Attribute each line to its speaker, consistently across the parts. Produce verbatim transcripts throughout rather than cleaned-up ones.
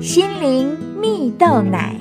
Speaker 1: 心灵蜜豆奶。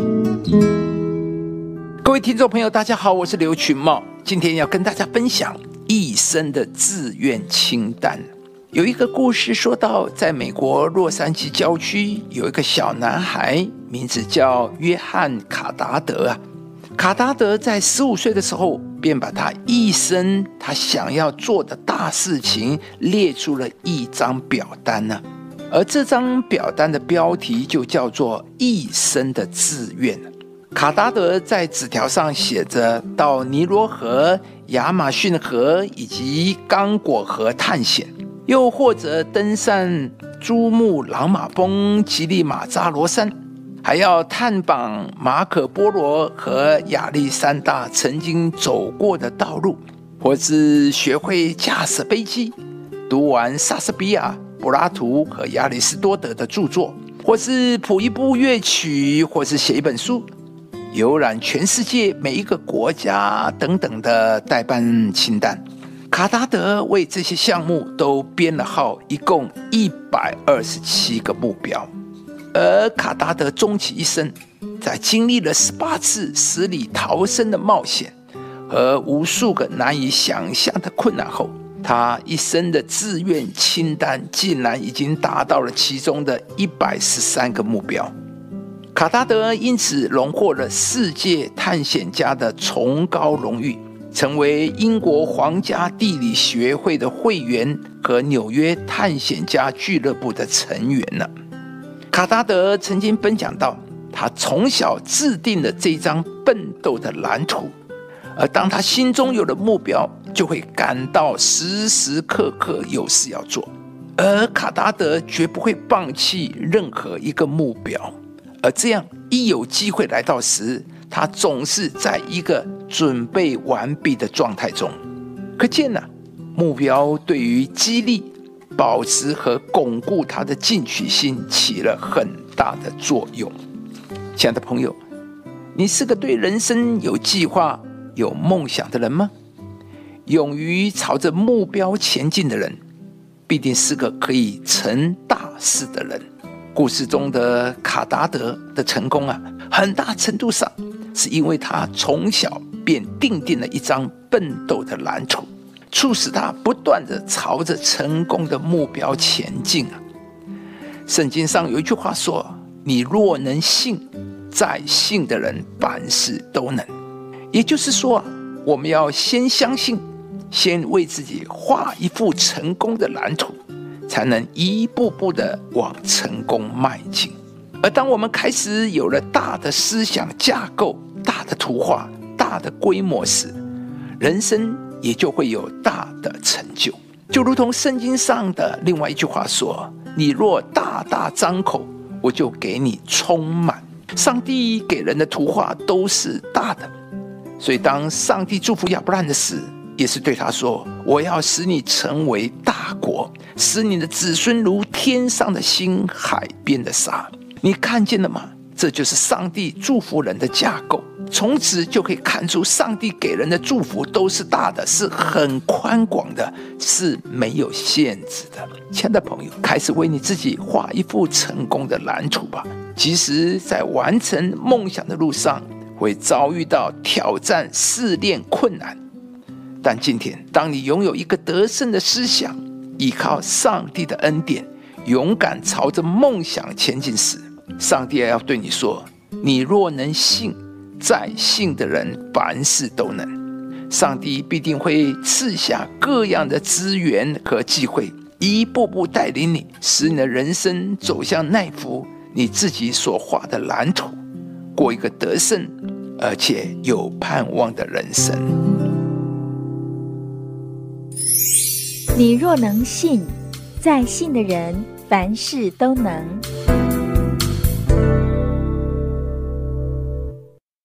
Speaker 2: 各位听众朋友大家好，我是刘群茂，今天要跟大家分享一生的志愿清单。有一个故事说到，在美国洛杉矶郊区有一个小男孩，名字叫约翰·卡达德啊。卡达德在十五岁的时候，便把他一生他想要做的大事情列出了一张表单呢、啊。而这张表单的标题就叫做一生的志愿。卡达德在纸条上写着到尼罗河、亚马逊河以及刚果河探险，又或者登上珠穆朗玛峰、吉利马扎罗山，还要探访马可波罗和亚历山大曾经走过的道路，或是学会驾驶飞机，读完莎士比亚、柏拉图和亚里士多德的著作，或是谱一部乐曲，或是写一本书，游览全世界每一个国家等等的待办清单。卡达德为这些项目都编了号，一共一百二十七个目标。而卡达德终其一生，在经历了十八次死里逃生的冒险和无数个难以想象的困难后，他一生的志愿清单竟然已经达到了其中的一百十三个目标。卡达德因此荣获了世界探险家的崇高荣誉，成为英国皇家地理学会的会员和纽约探险家俱乐部的成员了。卡达德曾经分享到，他从小制定了这张奋斗的蓝图，而当他心中有了目标，就会感到时时刻刻有事要做。而卡达德绝不会放弃任何一个目标，而这样一有机会来到时，他总是在一个准备完毕的状态中。可见啊，目标对于激励、保持和巩固他的进取心起了很大的作用。亲爱的朋友，你是个对人生有计划、有梦想的人吗？勇于朝着目标前进的人，必定是个可以成大事的人。故事中的卡达德的成功啊，很大程度上是因为他从小便定定了一张奋斗的蓝图，促使他不断地朝着成功的目标前进啊。圣经上有一句话说，你若能信，在信的人凡事都能。也就是说啊，我们要先相信，先为自己画一幅成功的蓝图，才能一步步地往成功迈进。而当我们开始有了大的思想架构、大的图画、大的规模时，人生也就会有大的成就。就如同圣经上的另外一句话说，你若大大张口，我就给你充满。上帝给人的图画都是大的，所以当上帝祝福亚伯兰的时，也是对他说，我要使你成为大国，使你的子孙如天上的星、海边的沙。你看见了吗？这就是上帝祝福人的架构。从此就可以看出，上帝给人的祝福都是大的，是很宽广的，是没有限制的。亲爱的朋友，开始为你自己画一幅成功的蓝图吧。即使在完成梦想的路上会遭遇到挑战、试炼、困难，但今天当你拥有一个得胜的思想，依靠上帝的恩典，勇敢朝着梦想前进时，上帝也要对你说，你若能信，在信的人凡事都能。上帝必定会赐下各样的资源和机会，一步步带领你，使你的人生走向那幅你自己所画的蓝图，过一个得胜而且有盼望的人生。
Speaker 1: 你若能信，在信的人凡事都能。